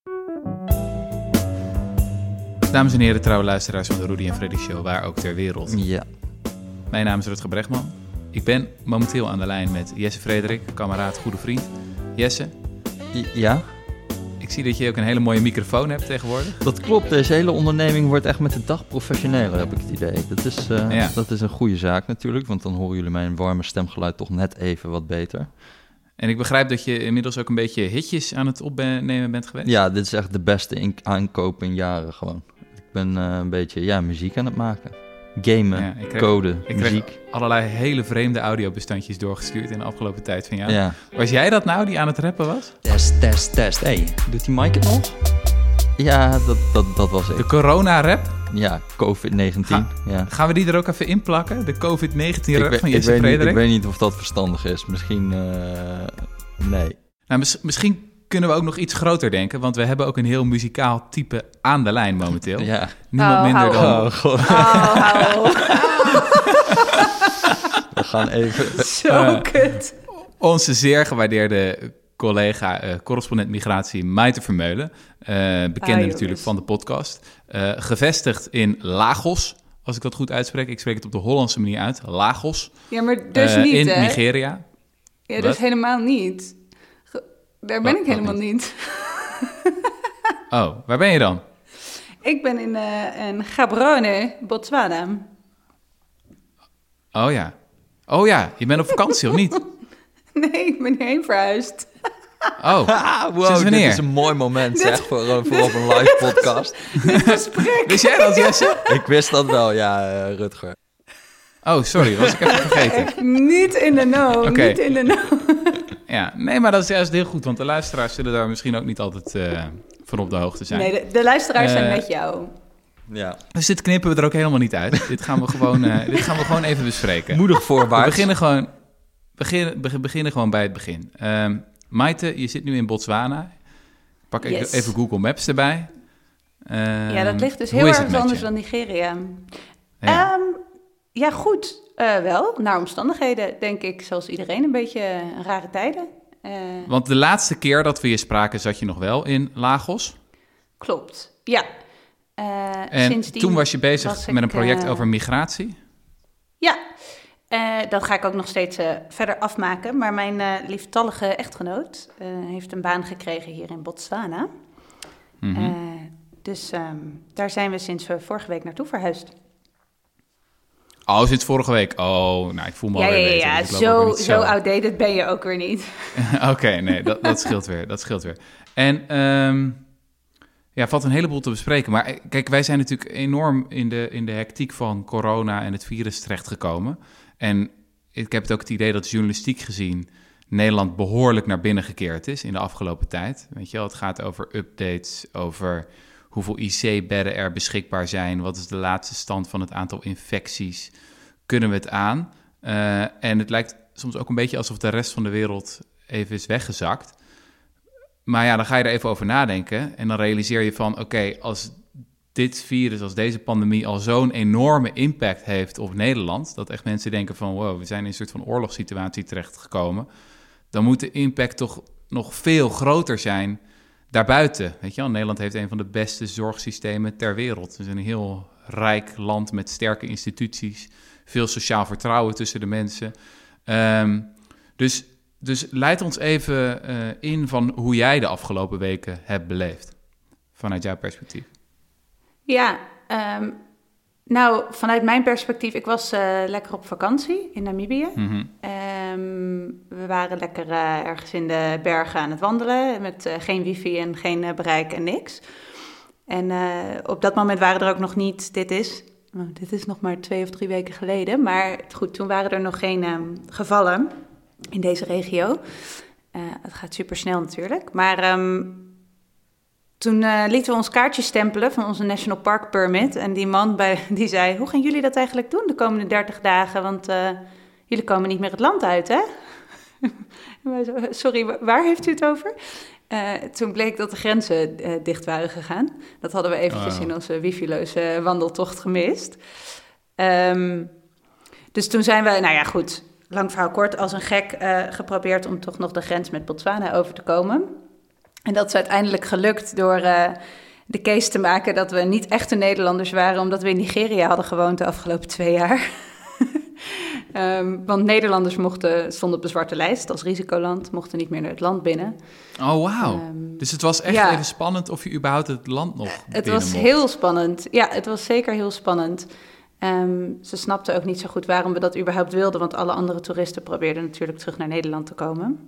Dames en heren, trouwe luisteraars van de Rudy en Freddy Show, waar ook ter wereld. Ja. Mijn naam is Rutger Bregman. Ik ben momenteel aan de lijn met Jesse Frederik, kameraad, goede vriend. Jesse? Ja? Ik zie dat je ook een hele mooie microfoon hebt tegenwoordig. Dat klopt, deze hele onderneming wordt echt met de dag professioneler, heb ik het idee. Dat is een goede zaak natuurlijk, want dan horen jullie mijn warme stemgeluid toch net even wat beter. En ik begrijp dat je inmiddels ook een beetje hitjes aan het opnemen bent geweest. Ja, dit is echt de beste aankoop in jaren gewoon. Ik ben een beetje muziek aan het maken. Gamen, code, ik muziek. kreeg allerlei hele vreemde audiobestandjes doorgestuurd in de afgelopen tijd van jou. Ja. Was jij dat nou, die aan het rappen was? Test. Hey, doet die mic het nog? Ja, dat was ik. De corona-rap? Ja, COVID-19. Ja. Gaan we die er ook even in plakken? De COVID-19-rap van Jesse Frederik? Ik weet niet of dat verstandig is. Misschien, nee. Nou, misschien kunnen we ook nog iets groter denken, want we hebben ook een heel muzikaal type aan de lijn momenteel. Ja. Niemand minder dan... We gaan even... Zo kut. Onze zeer gewaardeerde collega, correspondent migratie, Maite Vermeulen. Bekende natuurlijk van de podcast. Gevestigd in Lagos, als ik dat goed uitspreek. Ik spreek het op de Hollandse manier uit. Lagos. Ja, maar dus niet, in hè? Nigeria. Ja, dus helemaal niet. Daar ben ik helemaal niet. Oh, waar ben je dan? Ik ben in Gaborone, Botswana. Oh ja, je bent op vakantie of niet? Nee, ik ben hierheen verhuisd. Oh, wow, dit is een mooi moment zeg, voor op een live podcast. Dit gesprek. Wist jij dat, Jesse? Ik wist dat wel, ja, Rutger. Oh, sorry, was ik even vergeten. Niet in de know, Okay. niet in de know. Ja, nee, maar dat is juist heel goed, want de luisteraars zullen daar misschien ook niet altijd van op de hoogte zijn. Nee, de luisteraars zijn met jou. Ja. Dus dit knippen we er ook helemaal niet uit. Dit gaan we gewoon even bespreken. Moedig voorwaarts. We beginnen gewoon bij het begin. Maite, je zit nu in Botswana. Pak even Google Maps erbij. Ja, dat ligt dus heel erg anders dan Nigeria. Ja, goed. Wel, naar omstandigheden, denk ik, zoals iedereen, een beetje rare tijden. Want de laatste keer dat we je spraken, zat je nog wel in Lagos. Klopt, ja. En sindsdien toen was je bezig met een project over migratie? Ja, dat ga ik ook nog steeds verder afmaken. Maar mijn lieftallige echtgenoot heeft een baan gekregen hier in Botswana. Mm-hmm. Dus daar zijn we sinds vorige week naartoe verhuisd. Oh, sinds vorige week. Oh, nou, ik voel me alweer bezig. Ja, dus zo outdated ben je ook weer niet. Oké, nee, dat scheelt weer. En valt een heleboel te bespreken. Maar kijk, wij zijn natuurlijk enorm in de hectiek van corona en het virus terechtgekomen. En ik heb het idee dat journalistiek gezien Nederland behoorlijk naar binnen gekeerd is in de afgelopen tijd. Weet je wel, het gaat over updates, over hoeveel IC-bedden er beschikbaar zijn. Wat is de laatste stand van het aantal infecties? Kunnen we het aan? En het lijkt soms ook een beetje alsof de rest van de wereld even is weggezakt. Maar ja, dan ga je er even over nadenken en dan realiseer je van, oké, als dit virus, als deze pandemie al zo'n enorme impact heeft op Nederland, dat echt mensen denken van, wow, we zijn in een soort van oorlogssituatie terechtgekomen, dan moet de impact toch nog veel groter zijn daarbuiten. Weet je wel, Nederland heeft een van de beste zorgsystemen ter wereld. We zijn een heel rijk land met sterke instituties, veel sociaal vertrouwen tussen de mensen. Dus leid ons even in van hoe jij de afgelopen weken hebt beleefd, vanuit jouw perspectief. Ja, nou, vanuit mijn perspectief, ik was lekker op vakantie in Namibië. Mm-hmm. We waren lekker ergens in de bergen aan het wandelen, met geen wifi en geen bereik en niks. En op dat moment waren er ook nog niet, dit is nog maar 2 of 3 weken geleden, maar goed, toen waren er nog geen gevallen in deze regio. Het gaat super snel natuurlijk, maar toen lieten we ons kaartje stempelen van onze National Park Permit. En die man die zei, hoe gaan jullie dat eigenlijk doen de komende 30 dagen? Want jullie komen niet meer het land uit, hè? Sorry, waar heeft u het over? Toen bleek dat de grenzen dicht waren gegaan. Dat hadden we eventjes in onze wifi-loze wandeltocht gemist. Dus toen zijn we, nou ja goed, lang verhaal kort, als een gek geprobeerd om toch nog de grens met Botswana over te komen. En dat is uiteindelijk gelukt door de case te maken dat we niet echte Nederlanders waren, omdat we in Nigeria hadden gewoond de afgelopen 2 jaar. Want Nederlanders stonden op de zwarte lijst als risicoland, mochten niet meer naar het land binnen. Oh, wauw. Dus het was echt even spannend of je überhaupt het land nog Het was heel spannend. Ja, het was zeker heel spannend. Ze snapten ook niet zo goed waarom we dat überhaupt wilden, want alle andere toeristen probeerden natuurlijk terug naar Nederland te komen.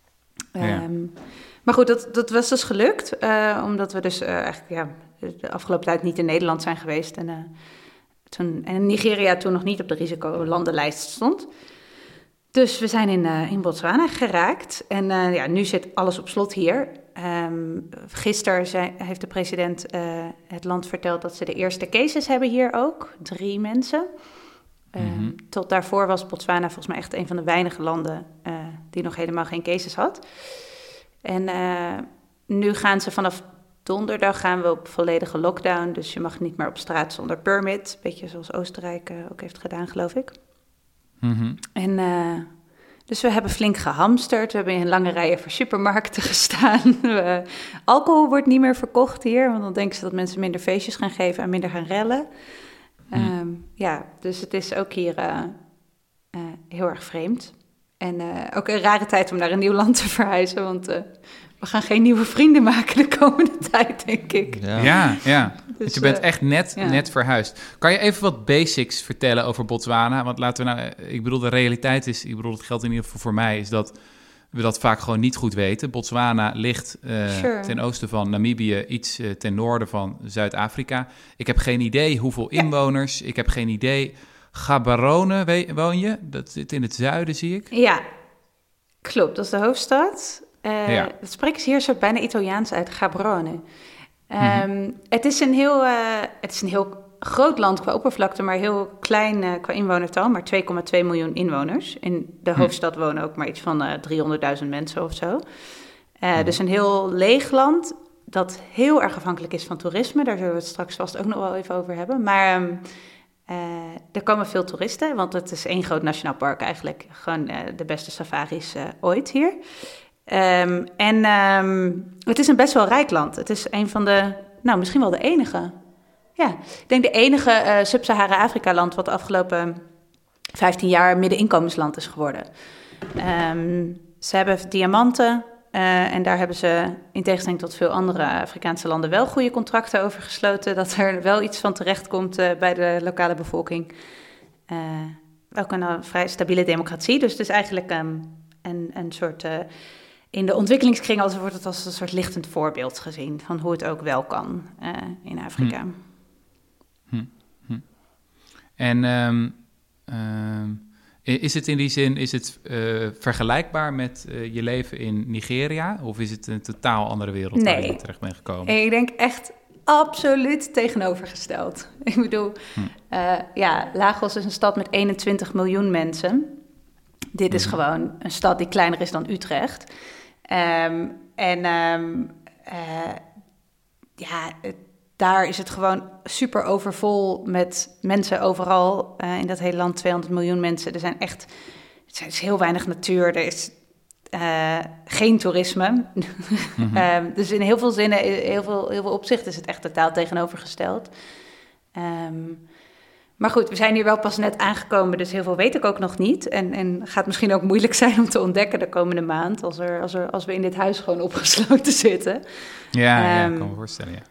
Maar goed, dat was dus gelukt, omdat we dus eigenlijk de afgelopen tijd niet in Nederland zijn geweest en Nigeria toen nog niet op de risicolandenlijst stond. Dus we zijn in Botswana geraakt en nu zit alles op slot hier. Gisteren heeft de president het land verteld dat ze de eerste cases hebben hier ook, 3 mensen. Tot daarvoor was Botswana volgens mij echt een van de weinige landen die nog helemaal geen cases had. En nu gaan ze vanaf donderdag gaan we op volledige lockdown. Dus je mag niet meer op straat zonder permit. Beetje zoals Oostenrijk ook heeft gedaan, geloof ik. En dus we hebben flink gehamsterd. We hebben in lange rijen voor supermarkten gestaan. Alcohol wordt niet meer verkocht hier. Want dan denken ze dat mensen minder feestjes gaan geven en minder gaan rellen. Dus het is ook hier heel erg vreemd. En ook een rare tijd om naar een nieuw land te verhuizen. Want we gaan geen nieuwe vrienden maken de komende tijd, denk ik. Ja. Dus je bent echt net verhuisd. Kan je even wat basics vertellen over Botswana? Want laten we ik bedoel, de realiteit is, het geldt in ieder geval voor mij, is dat we dat vaak gewoon niet goed weten. Botswana ligt ten oosten van Namibië, iets ten noorden van Zuid-Afrika. Ik heb geen idee hoeveel inwoners. Ik heb geen idee. Gaborone woon je? Dat zit in het zuiden, zie ik. Ja, klopt. Dat is de hoofdstad. Dat spreken ze hier soort bijna Italiaans uit, Gaborone. Het is een heel groot land qua oppervlakte, maar heel klein qua inwonertal. Maar 2,2 miljoen inwoners. In de hoofdstad wonen ook maar iets van 300.000 mensen of zo. Dus een heel leeg land dat heel erg afhankelijk is van toerisme. Daar zullen we het straks vast ook nog wel even over hebben. Maar er komen veel toeristen, want het is 1 groot nationaal park eigenlijk. Gewoon de beste safaris ooit hier. Het is een best wel rijk land. Het is een van de, misschien wel de enige. Ja, ik denk de enige Sub-Sahara-Afrika-land wat de afgelopen 15 jaar middeninkomensland is geworden. Ze hebben diamanten en daar hebben ze, in tegenstelling tot veel andere Afrikaanse landen, wel goede contracten over gesloten. Dat er wel iets van terecht komt bij de lokale bevolking. Ook een vrij stabiele democratie. Dus het is eigenlijk een soort... in de ontwikkelingskring wordt het als een soort lichtend voorbeeld gezien van hoe het ook wel kan in Afrika. En is het in die zin vergelijkbaar met je leven in Nigeria? Of is het een totaal andere wereld waar je terecht bent gekomen? Ik denk echt absoluut tegenovergesteld. Ik bedoel, Lagos is een stad met 21 miljoen mensen. Dit is gewoon een stad die kleiner is dan Utrecht. Daar is het gewoon super overvol met mensen overal. In dat hele land 200 miljoen mensen. Er is heel weinig natuur. Er is geen toerisme. Dus in heel veel zinnen, heel veel opzichten is het echt totaal tegenovergesteld. Maar goed, we zijn hier wel pas net aangekomen, dus heel veel weet ik ook nog niet. En gaat misschien ook moeilijk zijn om te ontdekken de komende maand, als we in dit huis gewoon opgesloten zitten. Ja, ik kan me voorstellen, ja.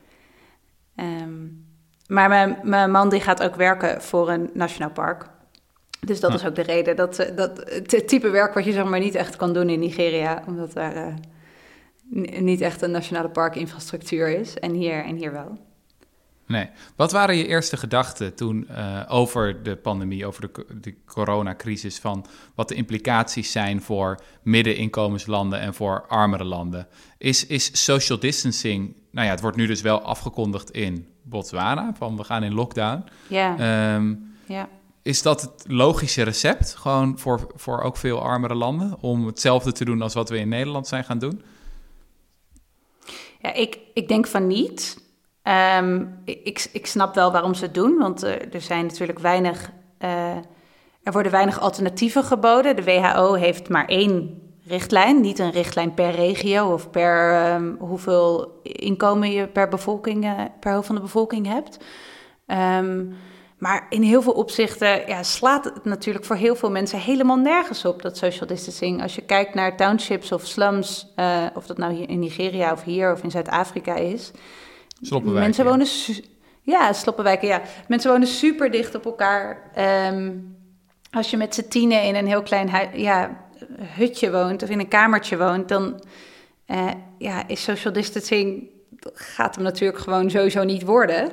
Maar mijn man die gaat ook werken voor een nationaal park. Dus dat is ook de reden dat het type werk wat je zeg maar niet echt kan doen in Nigeria, omdat daar niet echt een nationale parkinfrastructuur is. En hier wel. Nee. Wat waren je eerste gedachten toen over de pandemie, over de coronacrisis, van wat de implicaties zijn voor middeninkomenslanden en voor armere landen? Is social distancing, het wordt nu dus wel afgekondigd in Botswana, van we gaan in lockdown. Ja. Is dat het logische recept, gewoon voor ook veel armere landen, om hetzelfde te doen als wat we in Nederland zijn gaan doen? Ja, ik denk van niet. Ik snap wel waarom ze het doen, want er zijn natuurlijk er worden weinig alternatieven geboden. De WHO heeft maar 1 richtlijn. Niet een richtlijn per regio of per hoeveel inkomen je per hoofd van de bevolking hebt. Maar in heel veel opzichten slaat het natuurlijk voor heel veel mensen helemaal nergens op, dat social distancing. Als je kijkt naar townships of slums, of dat nou hier in Nigeria of hier of in Zuid-Afrika is. Sloppenwijken. Mensen wonen... sloppenwijken, ja. Mensen wonen super dicht op elkaar. Als je met z'n tienen in een heel klein hutje woont of in een kamertje woont, dan is social distancing, gaat hem natuurlijk gewoon sowieso niet worden.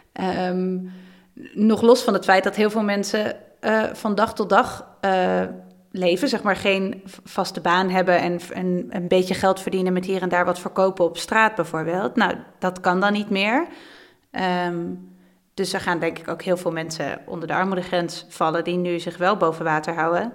Nog los van het feit dat heel veel mensen van dag tot dag leven, zeg maar geen vaste baan hebben en een beetje geld verdienen met hier en daar wat verkopen op straat bijvoorbeeld. Nou, dat kan dan niet meer. Dus er gaan denk ik ook heel veel mensen onder de armoedegrens vallen die nu zich wel boven water houden.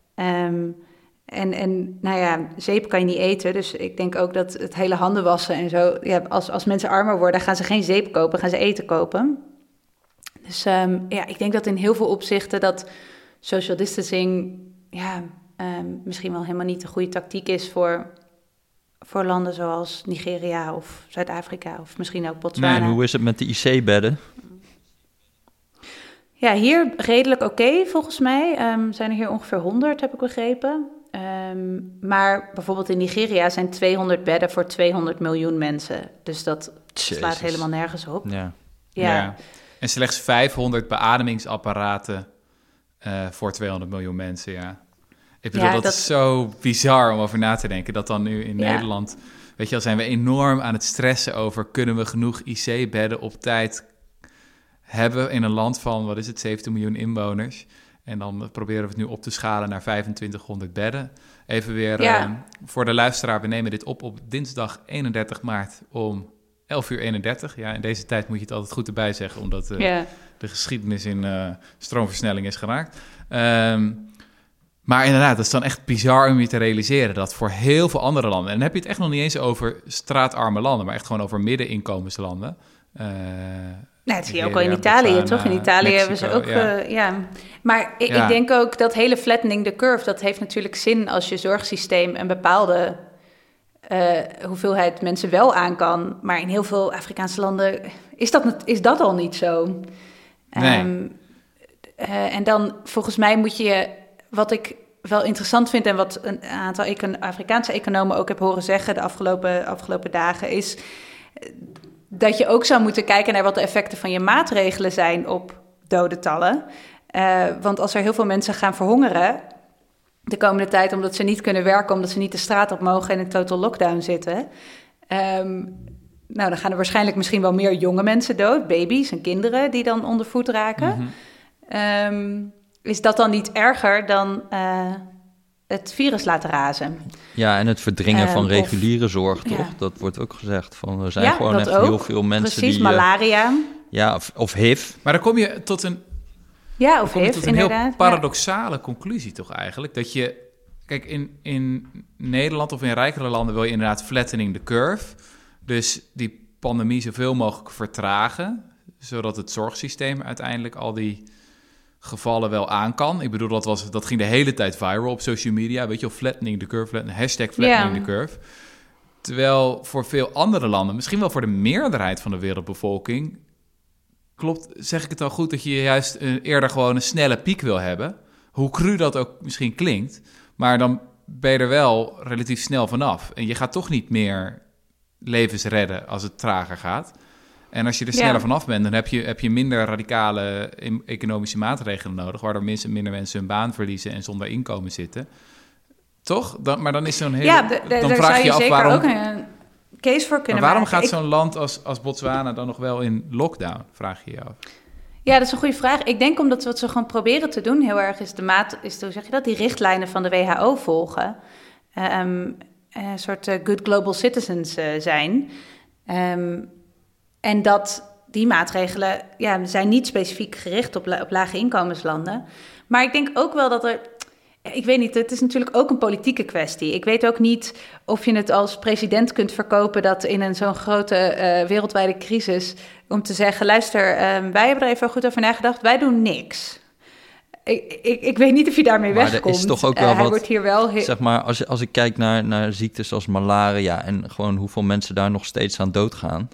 En nou ja, zeep kan je niet eten, dus ik denk ook dat het hele handen wassen en zo, als mensen armer worden, gaan ze geen zeep kopen, gaan ze eten kopen. Dus ik denk dat in heel veel opzichten dat social distancing misschien wel helemaal niet de goede tactiek is voor landen zoals Nigeria of Zuid-Afrika of misschien ook Botswana. Nee, en hoe is het met de IC-bedden? Ja, hier redelijk oké, volgens mij. Zijn er hier ongeveer 100, heb ik begrepen. Maar bijvoorbeeld in Nigeria zijn 200 bedden voor 200 miljoen mensen. Dus dat slaat helemaal nergens op. Ja. En slechts 500 beademingsapparaten voor 200 miljoen mensen, ja. Ik bedoel, dat is zo bizar om over na te denken. Dat dan nu in Nederland, weet je wel, zijn we enorm aan het stressen over, kunnen we genoeg IC-bedden op tijd hebben in een land van, 17 miljoen inwoners. En dan proberen we het nu op te schalen naar 2500 bedden. Even weer voor de luisteraar, we nemen dit op dinsdag 31 maart om 11:31. Ja, in deze tijd moet je het altijd goed erbij zeggen, omdat de geschiedenis in stroomversnelling is geraakt. Maar inderdaad, dat is dan echt bizar om je te realiseren dat voor heel veel andere landen, en dan heb je het echt nog niet eens over straatarme landen, maar echt gewoon over middeninkomenslanden. Het zie je ook al in Italië, Botswana, toch? In Italië Mexico, hebben ze ook, Maar ik denk ook dat hele flattening the curve, dat heeft natuurlijk zin als je zorgsysteem een bepaalde hoeveelheid mensen wel aan kan. Maar in heel veel Afrikaanse landen is dat al niet zo. Nee. En dan volgens mij moet je, wat ik wel interessant vind en wat een aantal Afrikaanse economen ook heb horen zeggen de afgelopen dagen, is dat je ook zou moeten kijken naar wat de effecten van je maatregelen zijn op dodentallen. Want als er heel veel mensen gaan verhongeren de komende tijd, omdat ze niet kunnen werken, omdat ze niet de straat op mogen en in total lockdown zitten, dan gaan er waarschijnlijk misschien wel meer jonge mensen dood, baby's en kinderen die dan onder voet raken. Mm-hmm. Is dat dan niet erger dan het virus laten razen? Ja, en het verdringen van reguliere zorg, toch? Dat wordt ook gezegd. Er zijn gewoon echt heel veel mensen die... Precies, malaria. Of HIV. Maar dan kom je tot een... Ja, of HIV, tot een heel paradoxale conclusie toch eigenlijk. Dat je... Kijk, in Nederland of in rijkere landen wil je inderdaad flattening the curve. Dus die pandemie zoveel mogelijk vertragen, zodat het zorgsysteem uiteindelijk al die gevallen wel aan kan. Ik bedoel, dat ging de hele tijd viral op social media. Weet je wel, flattening the curve, hashtag flattening the curve. Terwijl voor veel andere landen, misschien wel voor de meerderheid van de wereldbevolking, zeg ik het al goed, dat je juist eerder gewoon een snelle piek wil hebben. Hoe cru dat ook misschien klinkt, maar dan ben je er wel relatief snel vanaf. En je gaat toch niet meer levens redden als het trager gaat. En als je er sneller vanaf bent, dan heb je minder radicale economische maatregelen nodig, waardoor minder mensen hun baan verliezen en zonder inkomen zitten. Toch? Maar dan is zo'n hele... dan vraag je je af waarom... ook een case voor kunnen waarom maken. Gaat zo'n land als Botswana dan nog wel in lockdown, vraag je je af. Ja, dat is een goede vraag. Ik denk omdat wat ze gewoon proberen te doen heel erg is hoe zeg je dat, die richtlijnen van de WHO volgen. Een soort good global citizens zijn. En dat die maatregelen zijn niet specifiek gericht op lage inkomenslanden. Maar ik denk ook wel dat er... Ik weet niet, het is natuurlijk ook een politieke kwestie. Ik weet ook niet of je het als president kunt verkopen dat in zo'n grote wereldwijde crisis, om te zeggen, luister, wij hebben er even goed over nagedacht, wij doen niks. ik weet niet of je daarmee wegkomt. Maar er is toch ook wel wat, wordt hier wel zeg maar, als ik kijk naar ziektes als malaria en gewoon hoeveel mensen daar nog steeds aan doodgaan.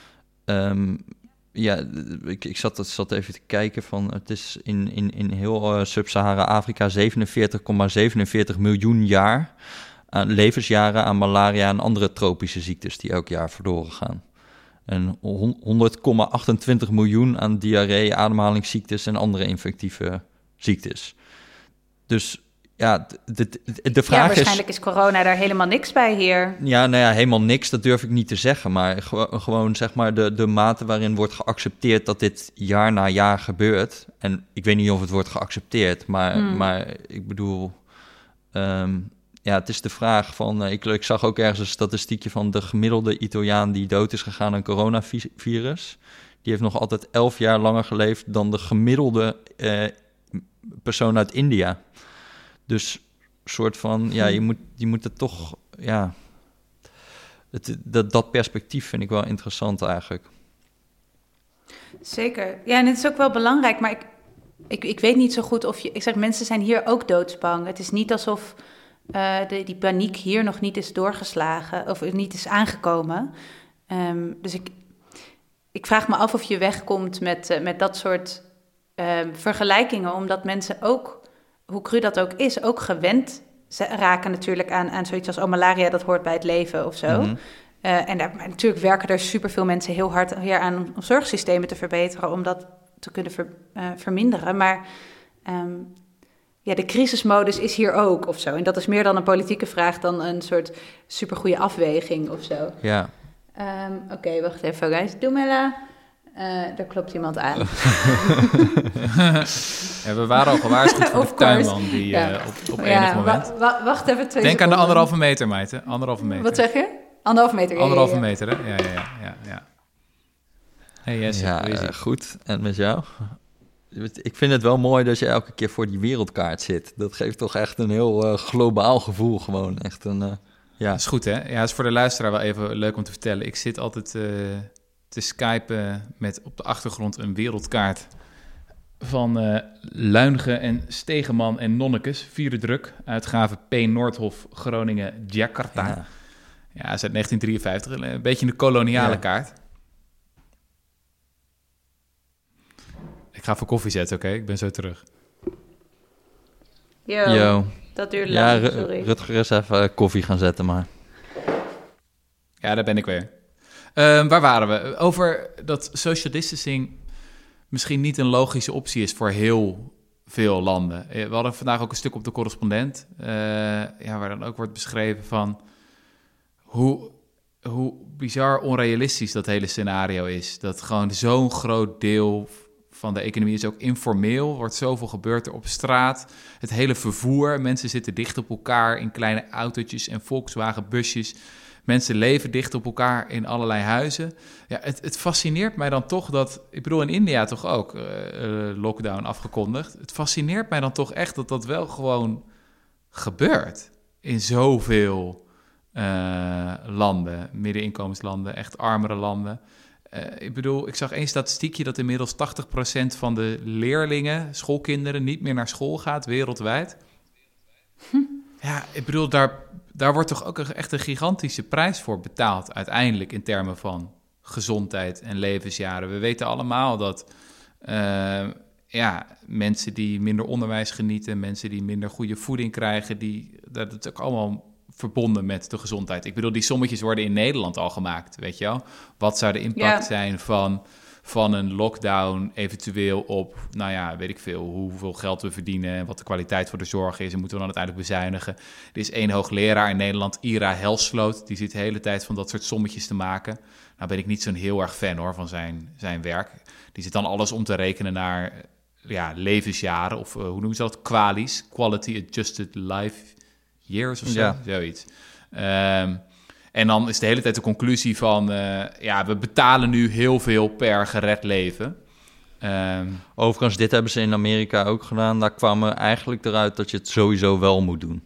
Ik zat even te kijken van, het is in heel Sub-Sahara-Afrika 47,47 miljoen jaar aan levensjaren aan malaria en andere tropische ziektes die elk jaar verloren gaan. En 100,28 miljoen aan diarree, ademhalingsziektes en andere infectieve ziektes. Dus ja, de vraag is... waarschijnlijk is corona daar helemaal niks bij hier. Ja, nou ja, helemaal niks, dat durf ik niet te zeggen. Maar gewoon zeg maar de mate waarin wordt geaccepteerd dat dit jaar na jaar gebeurt. En ik weet niet of het wordt geaccepteerd, maar ik bedoel... het is de vraag van... Ik zag ook ergens een statistiekje van de gemiddelde Italiaan die dood is gegaan aan coronavirus. Die heeft nog altijd 11 jaar langer geleefd dan de gemiddelde persoon uit India. Dus soort van, je moet het toch, dat perspectief vind ik wel interessant eigenlijk. Zeker. Ja, en het is ook wel belangrijk, maar ik weet niet zo goed of je... Ik zeg, mensen zijn hier ook doodsbang. Het is niet alsof die paniek hier nog niet is doorgeslagen of niet is aangekomen. Dus ik vraag me af of je wegkomt met dat soort vergelijkingen, omdat mensen ook, hoe cru dat ook is, ook gewend raken natuurlijk aan zoiets als malaria, dat hoort bij het leven of zo. Mm-hmm. Maar natuurlijk werken er superveel mensen heel hard hier aan om zorgsystemen te verbeteren, om dat te kunnen verminderen. Maar de crisismodus is hier ook of zo. En dat is meer dan een politieke vraag dan een soort supergoeie afweging of zo. Ja. Oké, wacht even, guys. Doe Mella. Daar klopt iemand aan. We waren al gewaarschuwd voor de tuinman die op enig moment... Wacht even 2 seconden. Denk aan de 1,5 meter, meid. 1,5 meter. Wat zeg je? 1,5 meter. 1,5 meter, hè? Ja. Hey, Jesse, goed. En met jou? Ik vind het wel mooi dat je elke keer voor die wereldkaart zit. Dat geeft toch echt een heel globaal gevoel gewoon. Echt een... Dat is goed, hè? Ja, dat is voor de luisteraar wel even leuk om te vertellen. Ik zit altijd te skypen met op de achtergrond een wereldkaart van Luinge en Stegeman en Nonnekes, 4e druk, uitgave P. Noordhof, Groningen, Jakarta. Ja, is uit 1953, een beetje een koloniale kaart. Ik ga voor koffie zetten, oké? Ik ben zo terug. Yo. Dat duurt lang, sorry. Rutger is even koffie gaan zetten, maar... Ja, daar ben ik weer. Waar waren we? Over dat social distancing misschien niet een logische optie is voor heel veel landen. We hadden vandaag ook een stuk op de Correspondent, waar dan ook wordt beschreven van hoe bizar onrealistisch dat hele scenario is. Dat gewoon zo'n groot deel van de economie is ook informeel. Wordt zoveel gebeurd er op straat. Het hele vervoer. Mensen zitten dicht op elkaar in kleine autootjes en Volkswagen busjes. Mensen leven dicht op elkaar in allerlei huizen. Ja, het fascineert mij dan toch dat... Ik bedoel, in India toch ook lockdown afgekondigd. Het fascineert mij dan toch echt dat dat wel gewoon gebeurt. In zoveel landen. Middeninkomenslanden, echt armere landen. Ik bedoel, ik zag één statistiekje dat inmiddels 80% van de leerlingen, schoolkinderen, niet meer naar school gaat wereldwijd. Ja, ik bedoel, daar wordt toch ook echt een gigantische prijs voor betaald uiteindelijk in termen van gezondheid en levensjaren. We weten allemaal dat mensen die minder onderwijs genieten, mensen die minder goede voeding krijgen, dat is ook allemaal verbonden met de gezondheid. Ik bedoel, die sommetjes worden in Nederland al gemaakt, weet je wel? Wat zou de impact zijn van een lockdown eventueel op, weet ik veel, hoeveel geld we verdienen en wat de kwaliteit voor de zorg is en moeten we dan uiteindelijk bezuinigen. Er is 1 hoogleraar in Nederland, Ira Helsloot, die zit de hele tijd van dat soort sommetjes te maken. Nou ben ik niet zo'n heel erg fan hoor van zijn werk. Die zit dan alles om te rekenen naar levensjaren of hoe noemen ze dat? Quali's, Quality Adjusted Life Years of zo, zoiets. En dan is de hele tijd de conclusie van... we betalen nu heel veel per gered leven. Overigens, dit hebben ze in Amerika ook gedaan. Daar kwamen eigenlijk eruit dat je het sowieso wel moet doen.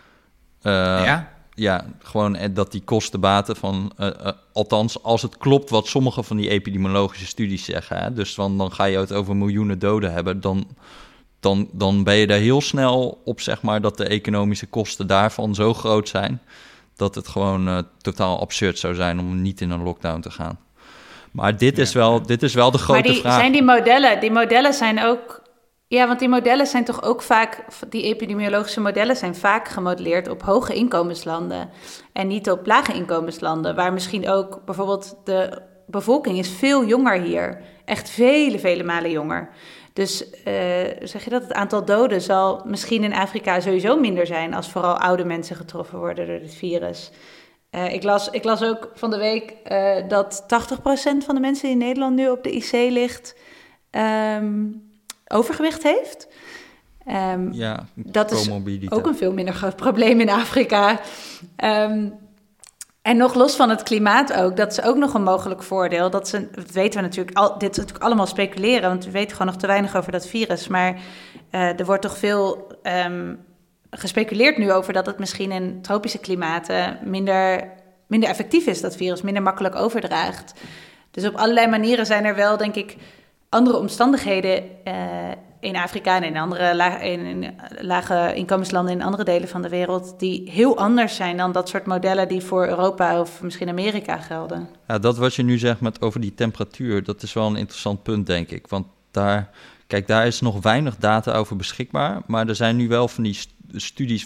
Ja, gewoon dat die kostenbaten van... althans, als het klopt wat sommige van die epidemiologische studies zeggen... Hè, dus dan ga je het over miljoenen doden hebben... dan ben je daar heel snel op, zeg maar, dat de economische kosten daarvan zo groot zijn dat het gewoon totaal absurd zou zijn om niet in een lockdown te gaan. Maar dit is wel de grote vraag. Zijn die modellen zijn ook... Ja, want die modellen zijn toch ook vaak... Die epidemiologische modellen zijn vaak gemodelleerd op hoge inkomenslanden en niet op lage inkomenslanden, waar misschien ook bijvoorbeeld de bevolking is veel jonger hier. Echt vele, vele malen jonger. Dus zeg je dat het aantal doden zal misschien in Afrika sowieso minder zijn als vooral oude mensen getroffen worden door dit virus. Ik las ook van de week dat 80% van de mensen die in Nederland nu op de IC ligt overgewicht heeft. Dat is ook een veel minder groot probleem in Afrika. En nog los van het klimaat ook, dat is ook nog een mogelijk voordeel. Dat weten we natuurlijk, dit is natuurlijk allemaal speculeren, want we weten gewoon nog te weinig over dat virus. Maar er wordt toch veel gespeculeerd nu over dat het misschien in tropische klimaten minder effectief is, dat virus, minder makkelijk overdraagt. Dus op allerlei manieren zijn er wel, denk ik, andere omstandigheden in Afrika en in andere lage inkomenslanden in andere delen van de wereld die heel anders zijn dan dat soort modellen die voor Europa of misschien Amerika gelden. Ja, dat wat je nu zegt over die temperatuur, dat is wel een interessant punt, denk ik. Want daar is nog weinig data over beschikbaar, maar er zijn nu wel van die studies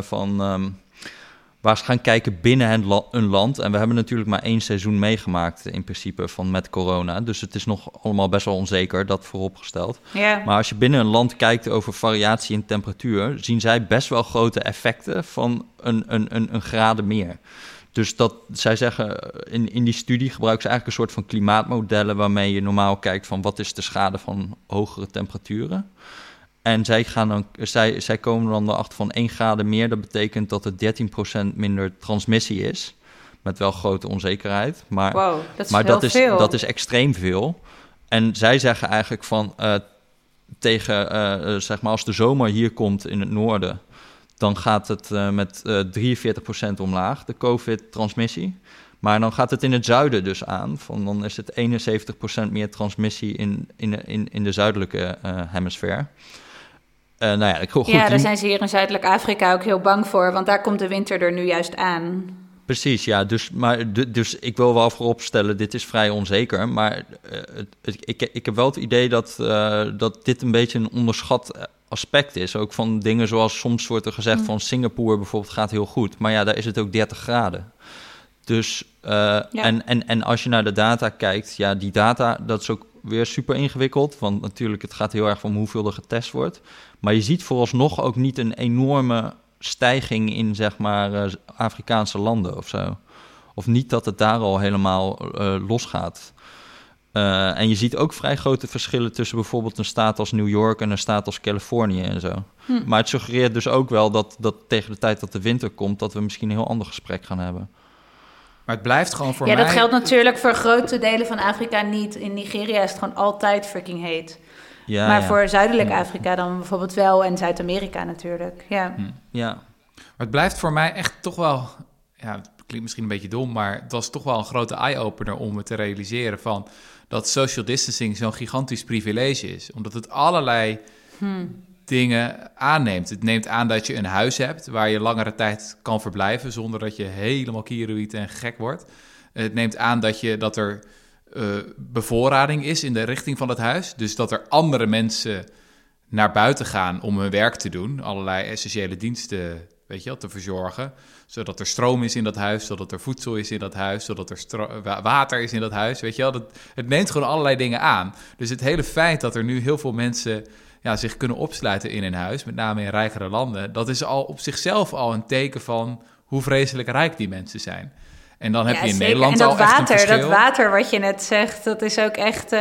waar ze gaan kijken binnen een land. En we hebben natuurlijk maar 1 seizoen meegemaakt in principe met corona. Dus het is nog allemaal best wel onzeker, dat vooropgesteld. Yeah. Maar als je binnen een land kijkt over variatie in temperatuur, zien zij best wel grote effecten van een graden meer. Dus dat zij zeggen, in die studie gebruiken ze eigenlijk een soort van klimaatmodellen waarmee je normaal kijkt van wat is de schade van hogere temperaturen. En zij komen dan erachter van 1 graden meer. Dat betekent dat er 13% minder transmissie is. Met wel grote onzekerheid. Maar, wow, dat is veel. Dat is extreem veel. En zij zeggen eigenlijk van zeg maar als de zomer hier komt in het noorden, dan gaat het met 43% omlaag, de COVID-transmissie. Maar dan gaat het in het zuiden dus aan. Dan is het 71% meer transmissie in de zuidelijke hemisfeer. Daar zijn ze hier in Zuidelijk-Afrika ook heel bang voor, want daar komt de winter er nu juist aan. Precies, ja. Dus ik wil wel vooropstellen, dit is vrij onzeker. Maar ik heb wel het idee dat dit een beetje een onderschat aspect is. Ook van dingen zoals soms wordt er gezegd van Singapore bijvoorbeeld gaat heel goed. Maar ja, daar is het ook 30 graden. Dus, en als je naar de data kijkt, ja, die data, dat is ook weer super ingewikkeld. Want natuurlijk, het gaat heel erg om hoeveel er getest wordt. Maar je ziet vooralsnog ook niet een enorme stijging in, zeg maar, Afrikaanse landen of zo. Of niet dat het daar al helemaal losgaat. En je ziet ook vrij grote verschillen tussen bijvoorbeeld een staat als New York en een staat als Californië en zo. Maar het suggereert dus ook wel dat tegen de tijd dat de winter komt, dat we misschien een heel ander gesprek gaan hebben. Maar het blijft gewoon voor mij... Ja, dat geldt natuurlijk voor grote delen van Afrika niet. In Nigeria is het gewoon altijd freaking heet. Ja, maar voor Zuidelijk Afrika dan bijvoorbeeld wel en Zuid-Amerika natuurlijk. Ja. Ja. Maar het blijft voor mij echt toch wel... Ja, het klinkt misschien een beetje dom, maar het was toch wel een grote eye-opener om me te realiseren van dat social distancing zo'n gigantisch privilege is. Omdat het allerlei dingen aanneemt. Het neemt aan dat je een huis hebt waar je langere tijd kan verblijven zonder dat je helemaal kierenwiet en gek wordt. Het neemt aan dat er bevoorrading is in de richting van het huis. Dus dat er andere mensen naar buiten gaan om hun werk te doen. Allerlei essentiële diensten, weet je wel, te verzorgen. Zodat er stroom is in dat huis, zodat er voedsel is in dat huis, zodat er water is in dat huis, weet je wel. Het neemt gewoon allerlei dingen aan. Dus het hele feit dat er nu heel veel mensen zich kunnen opsluiten in een huis, met name in rijkere landen, dat is al op zichzelf al een teken van hoe vreselijk rijk die mensen zijn. En dan heb je in zeker. Nederland en al echt een verschil. Dat water wat je net zegt, dat is ook echt...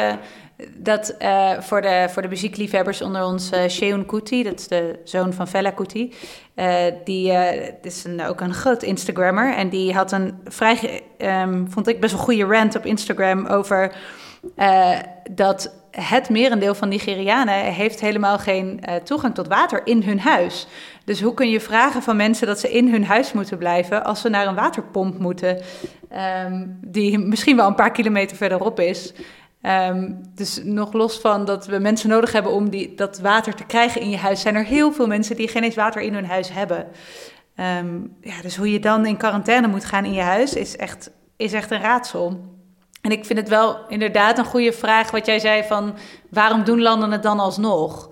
voor de muziekliefhebbers onder ons, Seun Kuti, dat is de zoon van Fela Kuti. Die is ook een groot Instagrammer. En die had een vrij, vond ik best wel goede rant op Instagram over dat het merendeel van Nigerianen heeft helemaal geen toegang tot water in hun huis. Dus hoe kun je vragen van mensen dat ze in hun huis moeten blijven als ze naar een waterpomp moeten, die misschien wel een paar kilometer verderop is. Dus nog los van dat we mensen nodig hebben om dat water te krijgen in je huis, zijn er heel veel mensen die geen eens water in hun huis hebben. Dus hoe je dan in quarantaine moet gaan in je huis is echt een raadsel. En ik vind het wel inderdaad een goede vraag wat jij zei van waarom doen landen het dan alsnog?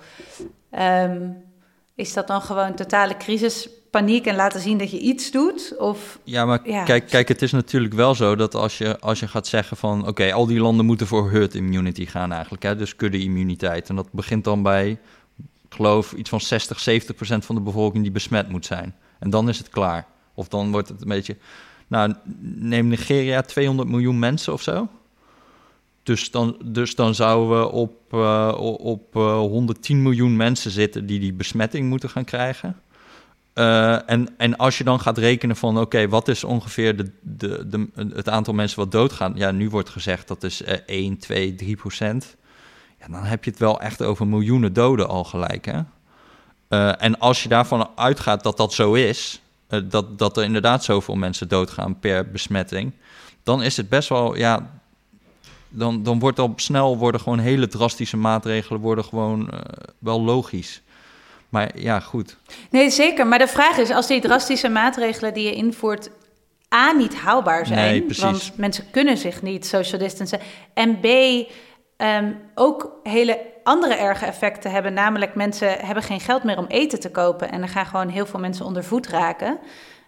Is dat dan gewoon totale crisispaniek en laten zien dat je iets doet? Of, ja, maar kijk, het is natuurlijk wel zo dat als je gaat zeggen van oké, al die landen moeten voor herd immunity gaan eigenlijk, hè, dus kudde-immuniteit. En dat begint dan bij, ik geloof, iets van 60-70% van de bevolking die besmet moet zijn. En dan is het klaar. Of dan wordt het een beetje... Nou, neem Nigeria 200 miljoen mensen of zo. Dus dan zouden we op 110 miljoen mensen zitten die besmetting moeten gaan krijgen. En als je dan gaat rekenen van oké, wat is ongeveer het aantal mensen wat doodgaan? Ja, nu wordt gezegd dat is 1, 2, 3%. Ja, dan heb je het wel echt over miljoenen doden al gelijk, hè? En als je daarvan uitgaat dat dat zo is, dat er inderdaad zoveel mensen doodgaan per besmetting, dan is het best wel, ja, dan wordt al snel worden gewoon hele drastische maatregelen worden gewoon wel logisch. Maar ja, goed. Nee, zeker. Maar de vraag is, als die drastische maatregelen die je invoert A, niet haalbaar zijn, nee, precies. Want mensen kunnen zich niet social distancen, en B, ook hele andere erge effecten hebben, namelijk mensen hebben geen geld meer om eten te kopen en er gaan gewoon heel veel mensen onder voet raken,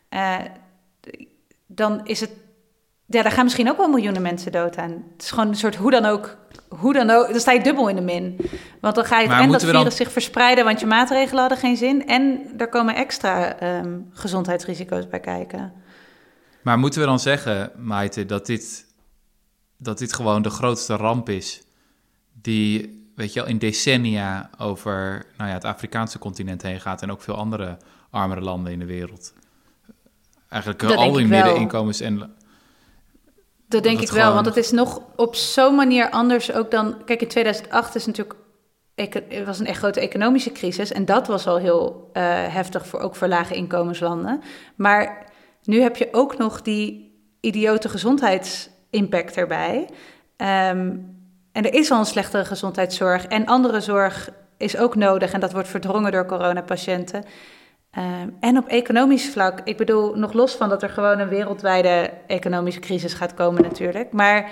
dan is het, ja, daar gaan misschien ook wel miljoenen mensen dood aan. Het is gewoon een soort hoe dan ook, dan sta je dubbel in de min. Want dan ga je en dat virus zich verspreiden, want je maatregelen hadden geen zin, en er komen extra gezondheidsrisico's bij kijken. Maar moeten we dan zeggen, Maite, dat dit gewoon de grootste ramp is die, weet je wel, in decennia over het Afrikaanse continent heen gaat en ook veel andere armere landen in de wereld? Eigenlijk dat al die middeninkomens en... Dat denk ik wel, want het is nog op zo'n manier anders ook dan... Kijk, in 2008 is natuurlijk... Het was een echt grote economische crisis en dat was al heel heftig ook voor lage inkomenslanden. Maar nu heb je ook nog die idiote gezondheidsimpact erbij. En er is al een slechtere gezondheidszorg en andere zorg is ook nodig en dat wordt verdrongen door coronapatiënten. En op economisch vlak, ik bedoel, nog los van dat er gewoon een wereldwijde economische crisis gaat komen natuurlijk, maar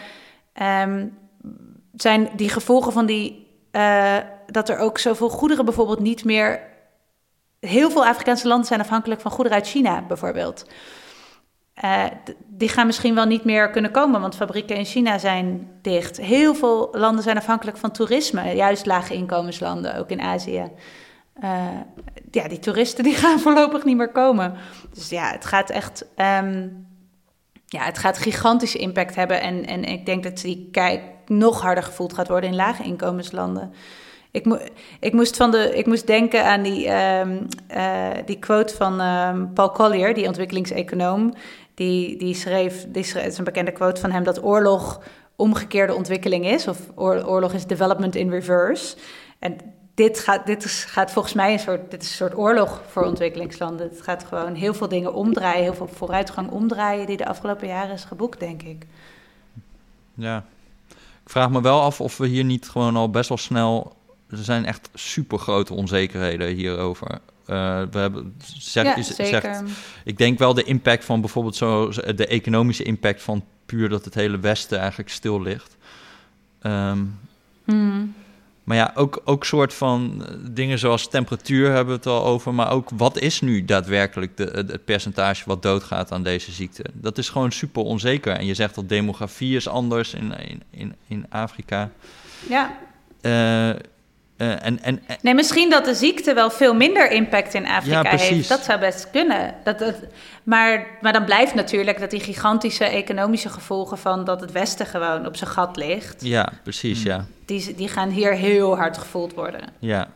zijn die gevolgen van dat er ook zoveel goederen bijvoorbeeld niet meer... Heel veel Afrikaanse landen zijn afhankelijk van goederen uit China bijvoorbeeld. Die gaan misschien wel niet meer kunnen komen, want fabrieken in China zijn dicht. Heel veel landen zijn afhankelijk van toerisme, juist lage inkomenslanden, ook in Azië. Die toeristen die gaan voorlopig niet meer komen. Dus ja, het gaat echt... het gaat gigantische impact hebben. En ik denk dat die nog harder gevoeld gaat worden in lage inkomenslanden. Ik moest denken aan die quote van Paul Collier, die ontwikkelingseconoom. Die schreef, het is een bekende quote van hem, dat oorlog omgekeerde ontwikkeling is. Of oorlog is development in reverse. En dit gaat volgens mij een soort oorlog voor ontwikkelingslanden. Het gaat gewoon heel veel dingen omdraaien, heel veel vooruitgang omdraaien die de afgelopen jaren is geboekt, denk ik. Ja, ik vraag me wel af of we hier niet gewoon al best wel snel... Er zijn echt super grote onzekerheden hierover. We hebben zegt, ik denk wel de impact van bijvoorbeeld de economische impact van puur dat het hele Westen eigenlijk stil ligt. Maar ja, ook soort van dingen zoals temperatuur hebben we het al over. Maar ook wat is nu daadwerkelijk het percentage wat doodgaat aan deze ziekte? Dat is gewoon super onzeker. En je zegt dat demografie is anders in Afrika. Ja. Nee, misschien dat de ziekte wel veel minder impact in Afrika heeft. Dat zou best kunnen. Maar dan blijft natuurlijk dat die gigantische economische gevolgen van dat het Westen gewoon op zijn gat ligt. Ja, precies, ja. Die gaan hier heel hard gevoeld worden. Ja.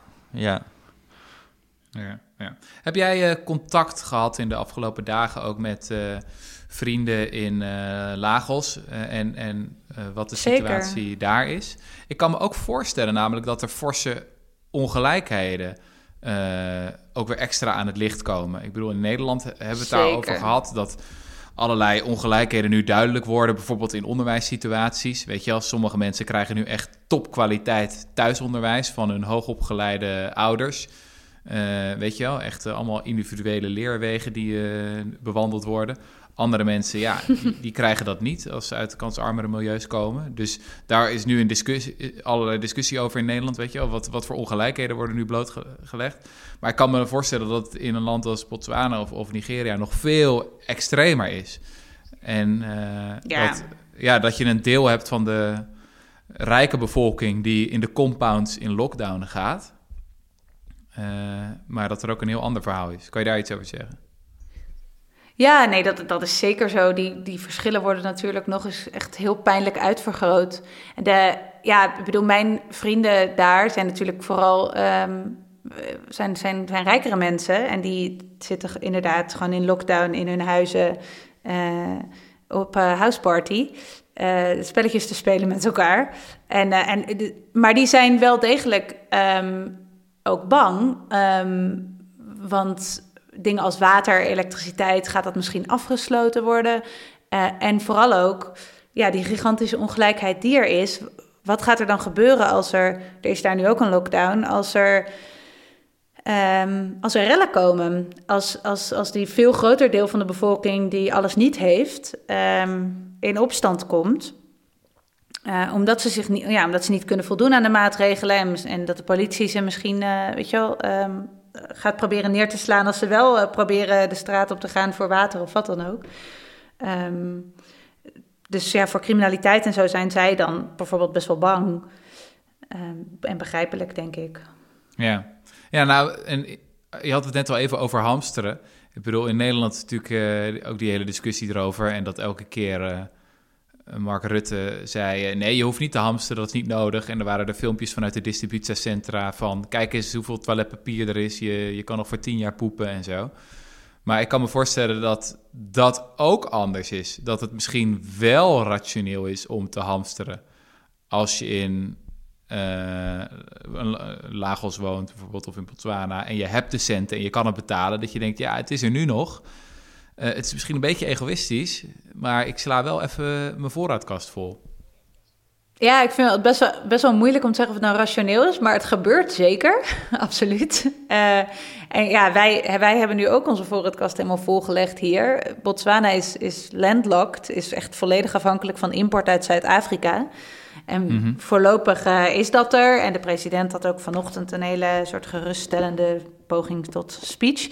Heb jij contact gehad in de afgelopen dagen ook met vrienden in Lagos en wat de situatie daar is? Ik kan me ook voorstellen namelijk dat er forse ongelijkheden ook weer extra aan het licht komen. Ik bedoel, in Nederland hebben we het daarover gehad dat allerlei ongelijkheden nu duidelijk worden. Bijvoorbeeld in onderwijssituaties. Weet je wel, sommige mensen krijgen nu echt topkwaliteit thuisonderwijs van hun hoogopgeleide ouders. Weet je wel, echt allemaal individuele leerwegen die bewandeld worden. Andere mensen, die krijgen dat niet als ze uit kansarmere milieus komen. Dus daar is nu allerlei discussie over in Nederland, weet je wel. Wat voor ongelijkheden worden nu blootgelegd. Maar ik kan me voorstellen dat het in een land als Botswana of Nigeria nog veel extremer is. En dat je een deel hebt van de rijke bevolking die in de compounds in lockdown gaat. Maar dat er ook een heel ander verhaal is. Kan je daar iets over zeggen? Ja, nee, dat is zeker zo. Die verschillen worden natuurlijk nog eens echt heel pijnlijk uitvergroot. Ik bedoel, mijn vrienden daar zijn natuurlijk vooral zijn rijkere mensen. En die zitten inderdaad gewoon in lockdown in hun huizen op houseparty. Spelletjes te spelen met elkaar. Maar die zijn wel degelijk ook bang. Want dingen als water, elektriciteit, gaat dat misschien afgesloten worden? En vooral ook, die gigantische ongelijkheid die er is. Wat gaat er dan gebeuren als er is daar nu ook een lockdown, als er rellen komen? Als die veel groter deel van de bevolking die alles niet heeft, in opstand komt. Omdat ze niet kunnen voldoen aan de maatregelen en dat de politie ze misschien, gaat proberen neer te slaan als ze wel proberen de straat op te gaan voor water of wat dan ook. Dus voor criminaliteit en zo zijn zij dan bijvoorbeeld best wel bang. En begrijpelijk, denk ik. Ja, nou, en je had het net al even over hamsteren. Ik bedoel, in Nederland is natuurlijk ook die hele discussie erover. En dat elke keer Mark Rutte zei, nee, je hoeft niet te hamsteren, dat is niet nodig. En er waren er filmpjes vanuit de distributiecentra van, kijk eens hoeveel toiletpapier er is, je kan nog voor 10 jaar poepen en zo. Maar ik kan me voorstellen dat dat ook anders is. Dat het misschien wel rationeel is om te hamsteren als je in Lagos woont bijvoorbeeld of in Botswana en je hebt de centen en je kan het betalen, dat je denkt, het is er nu nog. Het is misschien een beetje egoïstisch, maar ik sla wel even mijn voorraadkast vol. Ja, ik vind het best wel moeilijk om te zeggen of het nou rationeel is, maar het gebeurt zeker, absoluut. Wij hebben nu ook onze voorraadkast helemaal volgelegd hier. Botswana is landlocked, is echt volledig afhankelijk van import uit Zuid-Afrika. En voorlopig is dat er. En de president had ook vanochtend een hele soort geruststellende poging tot speech.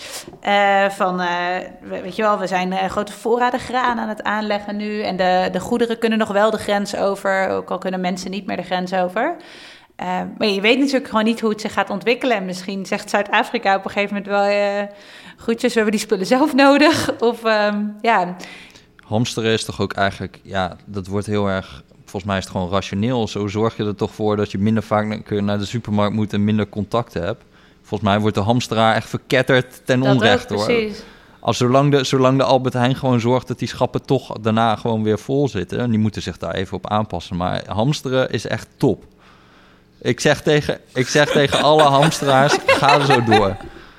Weet je wel, we zijn grote voorraden graan aan het aanleggen nu. En de goederen kunnen nog wel de grens over. Ook al kunnen mensen niet meer de grens over. Maar je weet natuurlijk gewoon niet hoe het zich gaat ontwikkelen. En misschien zegt Zuid-Afrika op een gegeven moment wel, groetjes, we hebben die spullen zelf nodig. Of Hamsteren is toch ook eigenlijk, dat wordt heel erg, volgens mij is het gewoon rationeel. Zo zorg je er toch voor dat je minder vaak naar de supermarkt moet en minder contacten hebt. Volgens mij wordt de hamsteraar echt verketterd ten onrechte, hoor. Precies. Zolang de Albert Heijn gewoon zorgt dat die schappen toch daarna gewoon weer vol zitten. En die moeten zich daar even op aanpassen. Maar hamsteren is echt top. Ik zeg tegen alle hamsteraars, ga er zo door.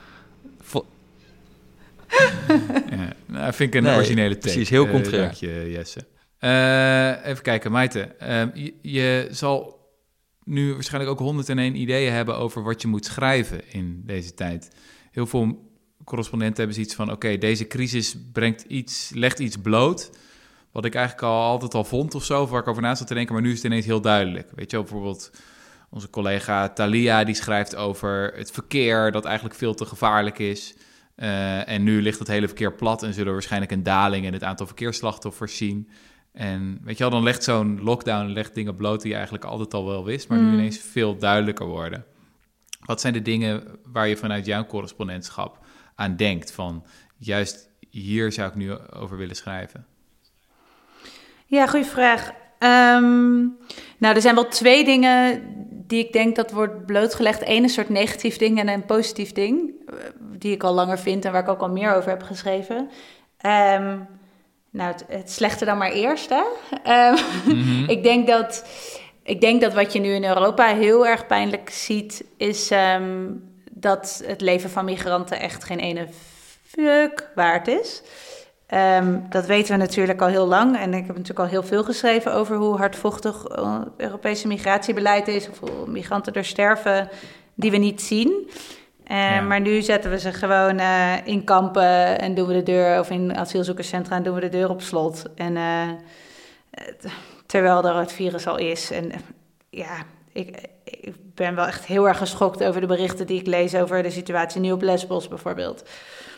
Vind ik een originele take. Precies, heel contrair. Dank je, Jesse. Even kijken, Maite. Je zal nu waarschijnlijk ook 101 ideeën hebben over wat je moet schrijven in deze tijd. Heel veel correspondenten hebben zoiets van, oké, deze crisis legt iets bloot, wat ik eigenlijk altijd al vond of zo, of waar ik over na zat te denken, maar nu is het ineens heel duidelijk. Weet je wel, bijvoorbeeld onze collega Thalia, die schrijft over het verkeer, dat eigenlijk veel te gevaarlijk is. En nu ligt het hele verkeer plat en zullen we waarschijnlijk een daling in het aantal verkeersslachtoffers zien. En weet je wel, dan legt zo'n lockdown dingen bloot die je eigenlijk altijd al wel wist, maar nu ineens veel duidelijker worden. Wat zijn de dingen waar je vanuit jouw correspondentschap aan denkt? Van juist hier zou ik nu over willen schrijven. Ja, goede vraag. Nou, er zijn wel 2 dingen die ik denk dat wordt blootgelegd. Eén een soort negatief ding en een positief ding, die ik al langer vind en waar ik ook al meer over heb geschreven. Nou, het slechte dan maar eerst, hè? Ik denk dat wat je nu in Europa heel erg pijnlijk ziet, is dat het leven van migranten echt geen ene fuck waard is. Dat weten we natuurlijk al heel lang. En ik heb natuurlijk al heel veel geschreven over hoe hardvochtig het Europese migratiebeleid is. Of hoe migranten er sterven die we niet zien. Maar nu zetten we ze gewoon in kampen en doen we de deur... of in asielzoekerscentra en doen we de deur op slot. En terwijl er het virus al is. En ik ben wel echt heel erg geschokt over de berichten die ik lees... over de situatie nu op Lesbos bijvoorbeeld.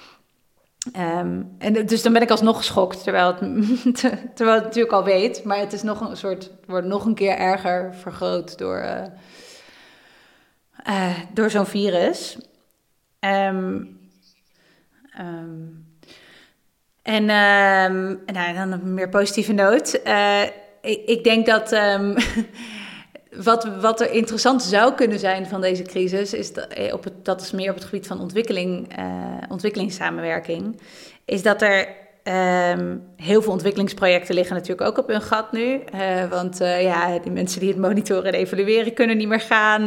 En dus dan ben ik alsnog geschokt, terwijl het natuurlijk al weet. Maar het is wordt nog een keer erger vergroot door zo'n virus. En dan een meer positieve noot. Ik denk dat wat er interessant zou kunnen zijn van deze crisis... is dat is meer op het gebied van ontwikkelingssamenwerking... is dat er heel veel ontwikkelingsprojecten liggen natuurlijk ook op hun gat nu. Want die mensen die het monitoren en evalueren kunnen niet meer gaan.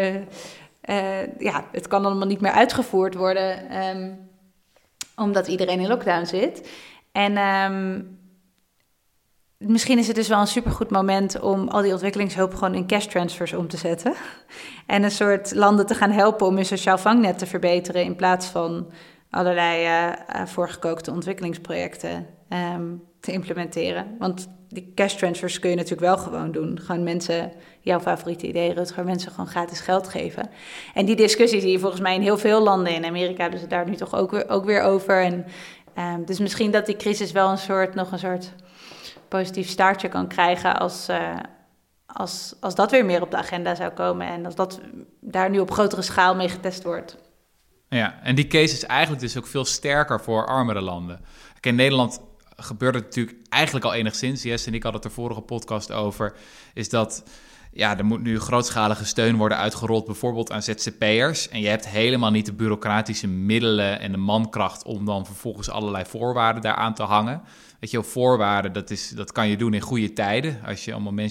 Het kan allemaal niet meer uitgevoerd worden... omdat iedereen in lockdown zit. En misschien is het dus wel een supergoed moment... om al die ontwikkelingshulp gewoon in cash transfers om te zetten. En een soort landen te gaan helpen om hun sociaal vangnet te verbeteren... in plaats van allerlei voorgekookte ontwikkelingsprojecten te implementeren. Want die cash transfers kun je natuurlijk wel gewoon doen. Gewoon mensen, jouw favoriete idee, Rutger, mensen gewoon gratis geld geven. En die discussie zie je volgens mij in heel veel landen. In Amerika hebben ze daar nu toch ook weer over. En, dus misschien dat die crisis wel nog een soort positief staartje kan krijgen... als dat weer meer op de agenda zou komen... en als dat daar nu op grotere schaal mee getest wordt. Ja, en die case is eigenlijk dus ook veel sterker voor armere landen. Kijk, in Nederland gebeurt het natuurlijk eigenlijk al enigszins. Jess en ik hadden het de vorige podcast over. Is dat er moet nu grootschalige steun worden uitgerold, bijvoorbeeld aan ZZP'ers. En je hebt helemaal niet de bureaucratische middelen en de mankracht om dan vervolgens allerlei voorwaarden daaraan te hangen. Weet je, voorwaarden, dat kan je doen in goede tijden. Als je allemaal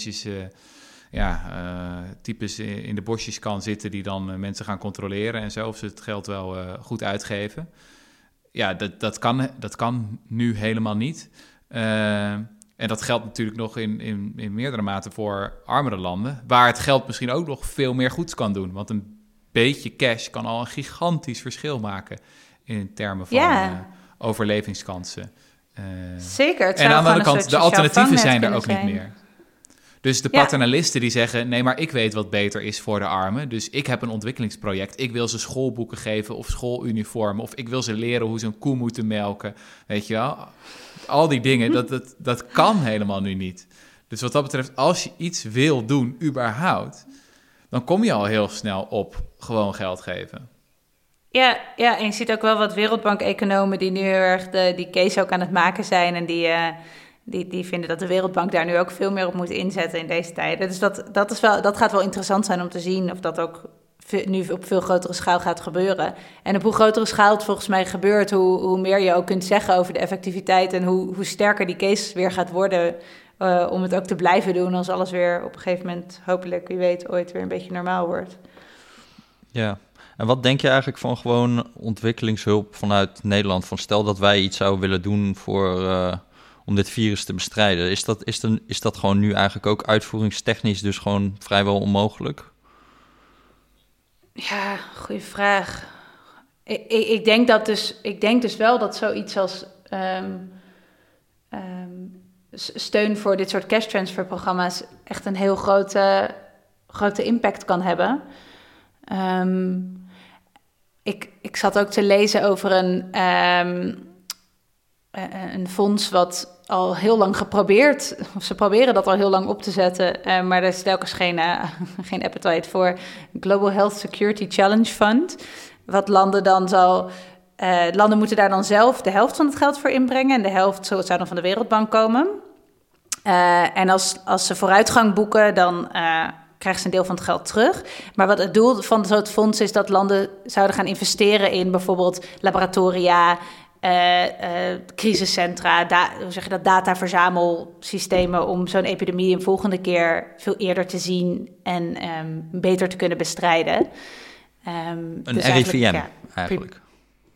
types in de bosjes kan zitten die dan mensen gaan controleren en zo, of ze het geld wel goed uitgeven. Ja, dat kan nu helemaal niet. En dat geldt natuurlijk nog in meerdere mate voor armere landen, waar het geld misschien ook nog veel meer goeds kan doen. Want een beetje cash kan al een gigantisch verschil maken in termen van overlevingskansen. Zeker. En aan de andere kant, de alternatieven zijn er ook niet meer. Dus de paternalisten die zeggen... nee, maar ik weet wat beter is voor de armen. Dus ik heb een ontwikkelingsproject. Ik wil ze schoolboeken geven of schooluniformen... of ik wil ze leren hoe ze een koe moeten melken. Weet je wel? Al die dingen, dat kan helemaal nu niet. Dus wat dat betreft, als je iets wil doen, überhaupt... dan kom je al heel snel op gewoon geld geven. Ja, en je ziet ook wel wat Wereldbank-economen... die nu heel erg die case ook aan het maken zijn... en die vinden dat de Wereldbank daar nu ook veel meer op moet inzetten in deze tijden. Dus dat gaat wel interessant zijn om te zien of dat ook nu op veel grotere schaal gaat gebeuren. En op hoe grotere schaal het volgens mij gebeurt, hoe meer je ook kunt zeggen over de effectiviteit en hoe sterker die case weer gaat worden om het ook te blijven doen als alles weer op een gegeven moment, hopelijk, wie weet, ooit weer een beetje normaal wordt. Ja, en wat denk je eigenlijk van gewoon ontwikkelingshulp vanuit Nederland? Van stel dat wij iets zouden willen doen om dit virus te bestrijden. Is dat gewoon nu eigenlijk ook uitvoeringstechnisch dus gewoon vrijwel onmogelijk? Ja, goede vraag. Ik denk dus wel dat zoiets als steun voor dit soort cash transfer programma's echt een heel grote impact kan hebben. Ik zat ook te lezen over een fonds wat al heel lang ze proberen dat al heel lang op te zetten, maar er is telkens geen appetite voor. Global Health Security Challenge Fund, wat landen moeten daar dan zelf de helft van het geld voor inbrengen en de helft zou dan van de Wereldbank komen. En als ze vooruitgang boeken, dan krijgen ze een deel van het geld terug. Maar wat het doel van zo'n fonds is dat landen zouden gaan investeren in bijvoorbeeld laboratoria, crisiscentra, dataverzamelsystemen om zo'n epidemie een volgende keer veel eerder te zien en beter te kunnen bestrijden. Een dus RIVM eigenlijk.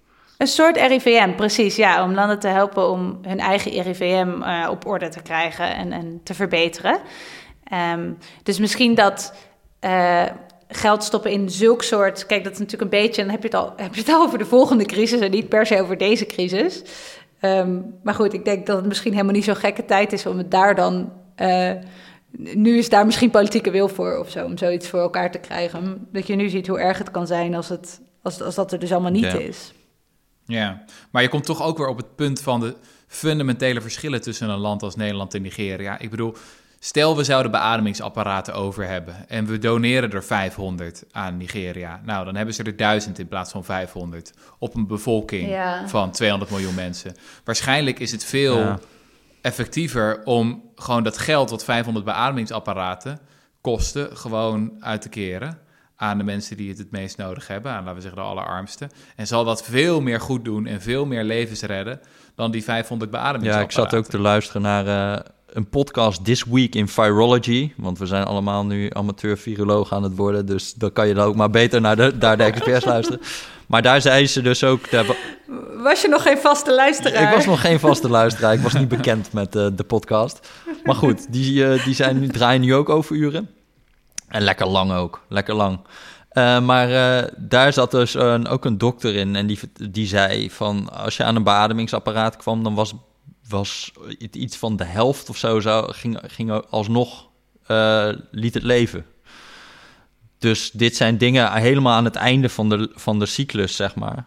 Een soort RIVM, precies. Ja, om landen te helpen om hun eigen RIVM op orde te krijgen en te verbeteren. Dus misschien dat geld stoppen in zulk soort... Kijk, dat is natuurlijk een beetje... Dan heb je het al over de volgende crisis en niet per se over deze crisis. Maar goed, ik denk dat het misschien helemaal niet zo'n gekke tijd is om het daar dan... nu is daar misschien politieke wil voor of zo, om zoiets voor elkaar te krijgen. Dat je nu ziet hoe erg het kan zijn als dat er dus allemaal niet is. Ja, maar je komt toch ook weer op het punt van de fundamentele verschillen tussen een land als Nederland en Nigeria. Ik bedoel, stel we zouden beademingsapparaten over hebben en we doneren er 500 aan Nigeria. Nou, dan hebben ze er 1000 in plaats van 500 op een bevolking van 200 miljoen mensen. Waarschijnlijk is het veel effectiever om gewoon dat geld wat 500 beademingsapparaten kosten gewoon uit te keren aan de mensen die het meest nodig hebben, aan, laten we zeggen, de allerarmsten. En zal dat veel meer goed doen en veel meer levens redden dan die 500 beademingsapparaten. Ja, ik zat ook te luisteren naar een podcast This Week in Virology, want we zijn allemaal nu amateur-virologen aan het worden, dus dan kan je dan ook maar beter naar de experts luisteren. Maar daar zei ze dus ook... Was je nog geen vaste luisteraar? Ik was nog geen vaste luisteraar, ik was niet bekend met de podcast. Maar goed, die draaien nu ook overuren. En lekker lang ook, lekker lang. Maar daar zat dus ook een dokter in en die zei van... als je aan een beademingsapparaat kwam, dan was het iets van de helft of zo ging alsnog liet het leven. Dus dit zijn dingen helemaal aan het einde van de cyclus, zeg maar.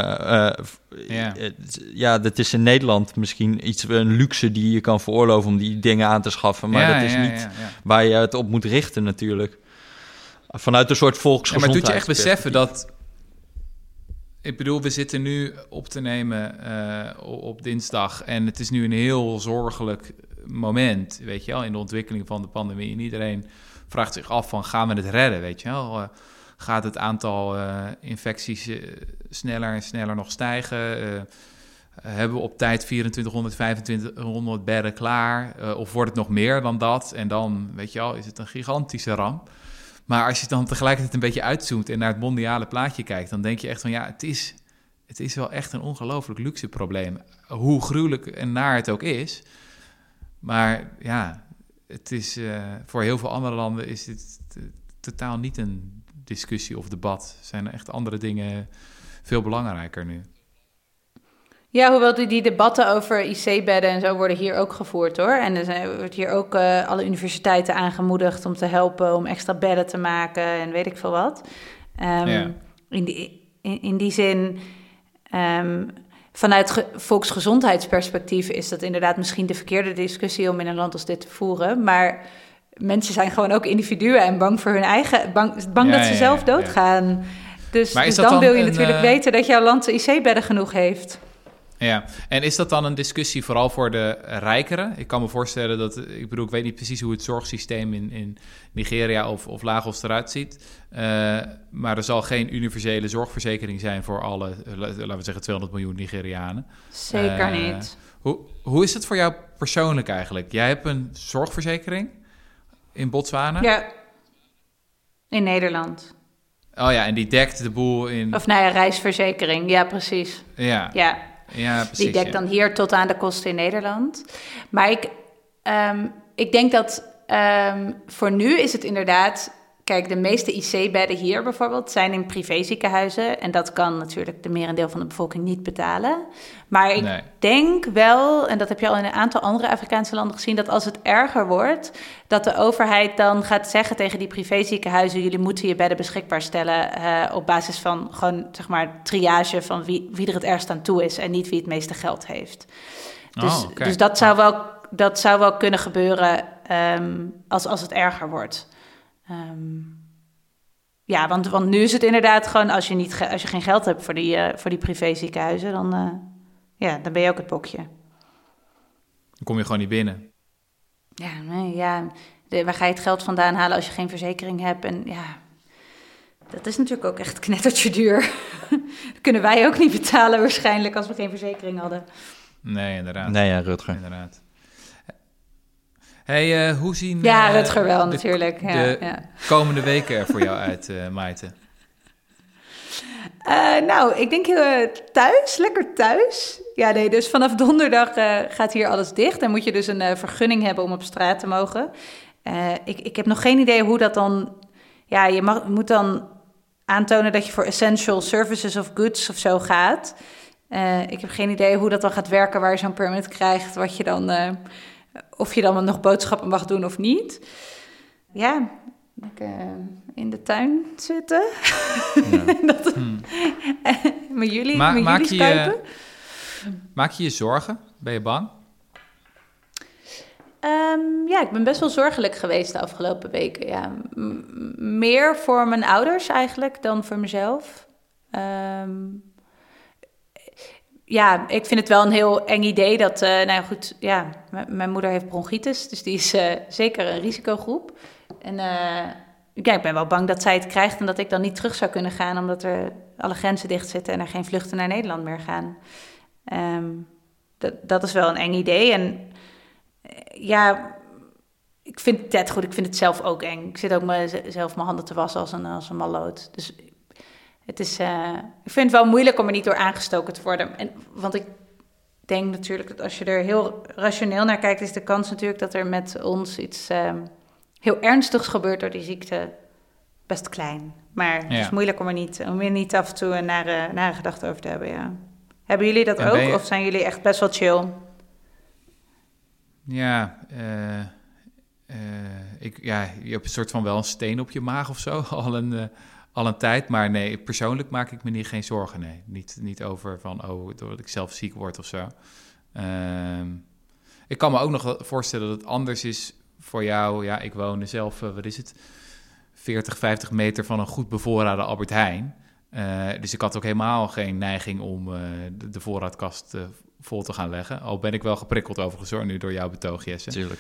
Dat is in Nederland misschien een luxe die je kan veroorloven om die dingen aan te schaffen. Maar dat is niet waar je het op moet richten natuurlijk. Vanuit een soort volksgezondheid. Maar doet je echt beseffen dat... Ik bedoel, we zitten nu op te nemen op dinsdag en het is nu een heel zorgelijk moment, weet je wel, in de ontwikkeling van de pandemie. En iedereen vraagt zich af van, gaan we het redden, weet je wel? Gaat het aantal infecties sneller en sneller nog stijgen? Hebben we op tijd 2400, 2500 bedden klaar? Of wordt het nog meer dan dat? En dan, weet je wel, is het een gigantische ramp. Maar als je dan tegelijkertijd een beetje uitzoomt en naar het mondiale plaatje kijkt, dan denk je echt van ja, het is wel echt een ongelooflijk luxe probleem. Hoe gruwelijk en naar het ook is. Maar ja, het is voor heel veel andere landen is dit totaal niet een discussie of debat. Zijn er echt andere dingen veel belangrijker nu. Ja, hoewel die debatten over IC-bedden en zo worden hier ook gevoerd, hoor. En er wordt hier ook alle universiteiten aangemoedigd om te helpen om extra bedden te maken en weet ik veel wat. In die zin, vanuit volksgezondheidsperspectief is dat inderdaad misschien de verkeerde discussie om in een land als dit te voeren. Maar mensen zijn gewoon ook individuen en bang voor hun eigen, bang dat ze zelf doodgaan. Ja. Dus dan wil je natuurlijk weten dat jouw land IC-bedden genoeg heeft. Ja, en is dat dan een discussie vooral voor de rijkeren? Ik kan me voorstellen dat, ik weet niet precies hoe het zorgsysteem in Nigeria of Lagos eruit ziet. Maar er zal geen universele zorgverzekering zijn voor alle, laten we zeggen, 200 miljoen Nigerianen. Zeker niet. Hoe is het voor jou persoonlijk eigenlijk? Jij hebt een zorgverzekering in Botswana? Ja, in Nederland. Oh ja, en die dekt de boel in... Of reisverzekering, ja precies. Ja, precies. Die dekt dan hier tot aan de kosten in Nederland. Maar ik denk dat voor nu is het inderdaad... Kijk, de meeste IC-bedden hier bijvoorbeeld zijn in privéziekenhuizen. En dat kan natuurlijk de merendeel van de bevolking niet betalen. Maar ik denk wel, en dat heb je al in een aantal andere Afrikaanse landen gezien... dat als het erger wordt, dat de overheid dan gaat zeggen tegen die privéziekenhuizen... jullie moeten je bedden beschikbaar stellen op basis van gewoon, zeg maar, triage... van wie er het ergst aan toe is en niet wie het meeste geld heeft. Dus dat zou wel kunnen gebeuren als het erger wordt. Want nu is het inderdaad gewoon... als je geen geld hebt voor die privéziekenhuizen... dan ben je ook het bokje. Dan kom je gewoon niet binnen. Waar ga je het geld vandaan halen als je geen verzekering hebt? En ja, dat is natuurlijk ook echt knettertje duur. Dat kunnen wij ook niet betalen waarschijnlijk als we geen verzekering hadden. Nee, inderdaad. Nee, Rutger. Inderdaad. Hey, hoe zien Rutger wel natuurlijk. De komende weken er voor jou uit, Maite? Nou, ik denk thuis, lekker thuis. Ja, nee, dus vanaf donderdag gaat hier alles dicht. Dan moet je dus een vergunning hebben om op straat te mogen. Ik heb nog geen idee hoe dat dan... Ja, je moet dan aantonen dat je voor essential services of goods of zo gaat. Ik heb geen idee hoe dat dan gaat werken, waar je zo'n permit krijgt, wat je dan, of je dan nog boodschappen mag doen of niet. Ja, in de tuin zitten. Ja. Met jullie Skypen. Maak je je zorgen? Ben je bang? Ja, ik ben best wel zorgelijk geweest de afgelopen weken. Ja. Meer voor mijn ouders eigenlijk dan voor mezelf. Ja, ik vind het wel een heel eng idee dat... mijn moeder heeft bronchitis, dus die is zeker een risicogroep. En ik ben wel bang dat zij het krijgt en dat ik dan niet terug zou kunnen gaan, omdat er alle grenzen dicht zitten en er geen vluchten naar Nederland meer gaan. Dat is wel een eng idee. En ja, ik vind het goed. Ik vind het zelf ook eng. Ik zit ook zelf mijn handen te wassen als een malloot. Dus het is, ik vind het wel moeilijk om er niet door aangestoken te worden. Want ik denk natuurlijk dat als je er heel rationeel naar kijkt, is de kans natuurlijk dat er met ons iets heel ernstigs gebeurt door die ziekte best klein. Maar het is moeilijk om er niet af en toe een nare gedachte over te hebben, ja. Hebben jullie dat ook? Of zijn jullie echt best wel chill? Ja, je hebt een soort van wel een steen op je maag of zo, al een tijd. Maar nee, persoonlijk maak ik me geen zorgen, nee. Niet over van, doordat ik zelf ziek word of zo. Ik kan me ook nog voorstellen dat het anders is voor jou. Ja, ik woon zelf, 40, 50 meter van een goed bevoorrade Albert Heijn. Dus ik had ook helemaal geen neiging om de voorraadkast vol te gaan leggen. Al ben ik wel geprikkeld overigens hoor, nu door jouw betoog, Jesse. Tuurlijk.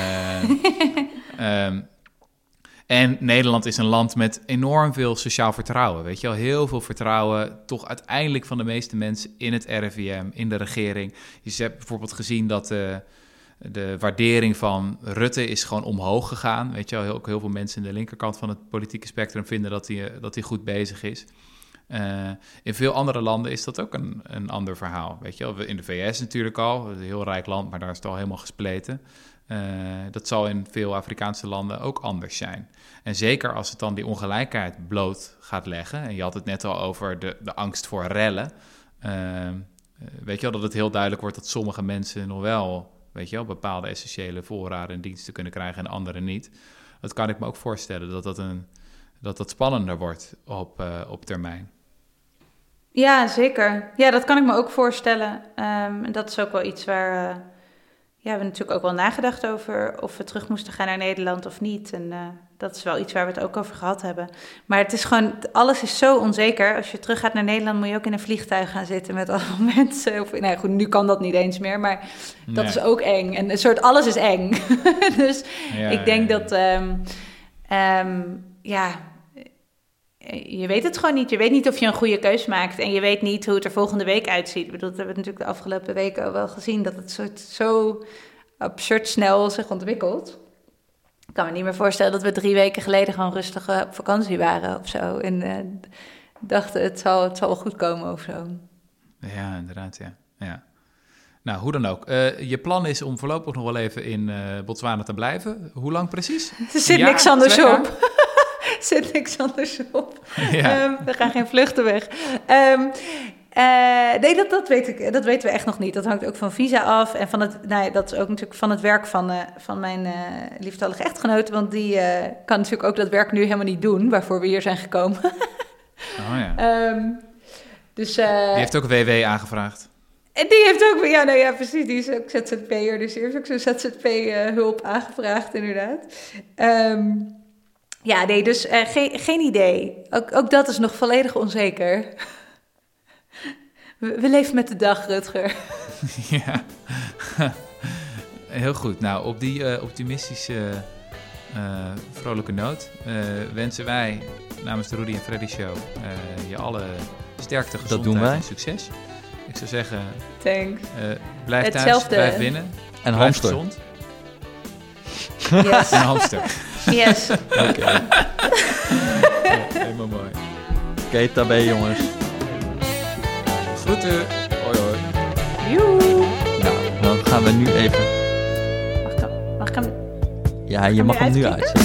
En Nederland is een land met enorm veel sociaal vertrouwen. Weet je wel, heel veel vertrouwen toch uiteindelijk van de meeste mensen in het RIVM, in de regering. Je hebt bijvoorbeeld gezien dat de waardering van Rutte is gewoon omhoog gegaan. Weet je wel, ook heel veel mensen in de linkerkant van het politieke spectrum vinden dat hij goed bezig is. In veel andere landen is dat ook een ander verhaal. Weet je wel, in de VS natuurlijk al, een heel rijk land, maar daar is het al helemaal gespleten. Dat zal in veel Afrikaanse landen ook anders zijn. En zeker als het dan die ongelijkheid bloot gaat leggen, en je had het net al over de angst voor rellen, weet je wel, dat het heel duidelijk wordt dat sommige mensen nog wel, weet je wel, bepaalde essentiële voorraden en diensten kunnen krijgen en anderen niet. Dat kan ik me ook voorstellen, dat spannender wordt op termijn. Ja, zeker. Ja, dat kan ik me ook voorstellen. En dat is ook wel iets waar we natuurlijk ook wel nagedacht over of we terug moesten gaan naar Nederland of niet. En dat is wel iets waar we het ook over gehad hebben. Maar het is gewoon, alles is zo onzeker. Als je terug gaat naar Nederland moet je ook in een vliegtuig gaan zitten met allemaal mensen. Goed, nu kan dat niet eens meer, maar dat is ook eng. En een soort alles is eng. Dus ik denk dat, je weet het gewoon niet. Je weet niet of je een goede keus maakt. En je weet niet hoe het er volgende week uitziet. Ik bedoel, dat hebben we natuurlijk de afgelopen weken wel gezien, dat het zo absurd snel zich ontwikkelt. Ik kan me niet meer voorstellen dat we 3 weken geleden gewoon rustig op vakantie waren of zo. En dachten, het zal wel goed komen of zo. Ja, inderdaad, ja. Nou, hoe dan ook. Je plan is om voorlopig nog wel even in Botswana te blijven. Hoe lang precies? Er zit niks anders op. Zit niks anders op. Ja. We gaan geen vluchten weg. Nee, dat weet ik. Dat weten we echt nog niet. Dat hangt ook van visa af. En van dat is ook natuurlijk van het werk van mijn lieftallige echtgenoot. Want die kan natuurlijk ook dat werk nu helemaal niet doen, waarvoor we hier zijn gekomen. Oh ja. Die heeft ook WW aangevraagd. En die heeft ook, precies, die is ook ZZP'er. Dus die heeft ook zo'n ZZP-hulp aangevraagd, inderdaad. Ja, nee, dus geen idee. Ook dat is nog volledig onzeker. We leven met de dag, Rutger. Ja, heel goed. Nou, op die optimistische, vrolijke noot wensen wij namens de Rudy en Freddy Show je alle sterkte, gezondheid en succes. Ik zou zeggen, thanks. Blijf thuis, blijf winnen. En blijf hamster. Gezond. Yes. En hamster. Yes. Oké. Ja, helemaal mooi. Oké, tabé jongens. Groeten. Hoi hoi. Joe. Nou, dan gaan we nu even... Mag ik hem? Ja, je mag hem nu uitzetten.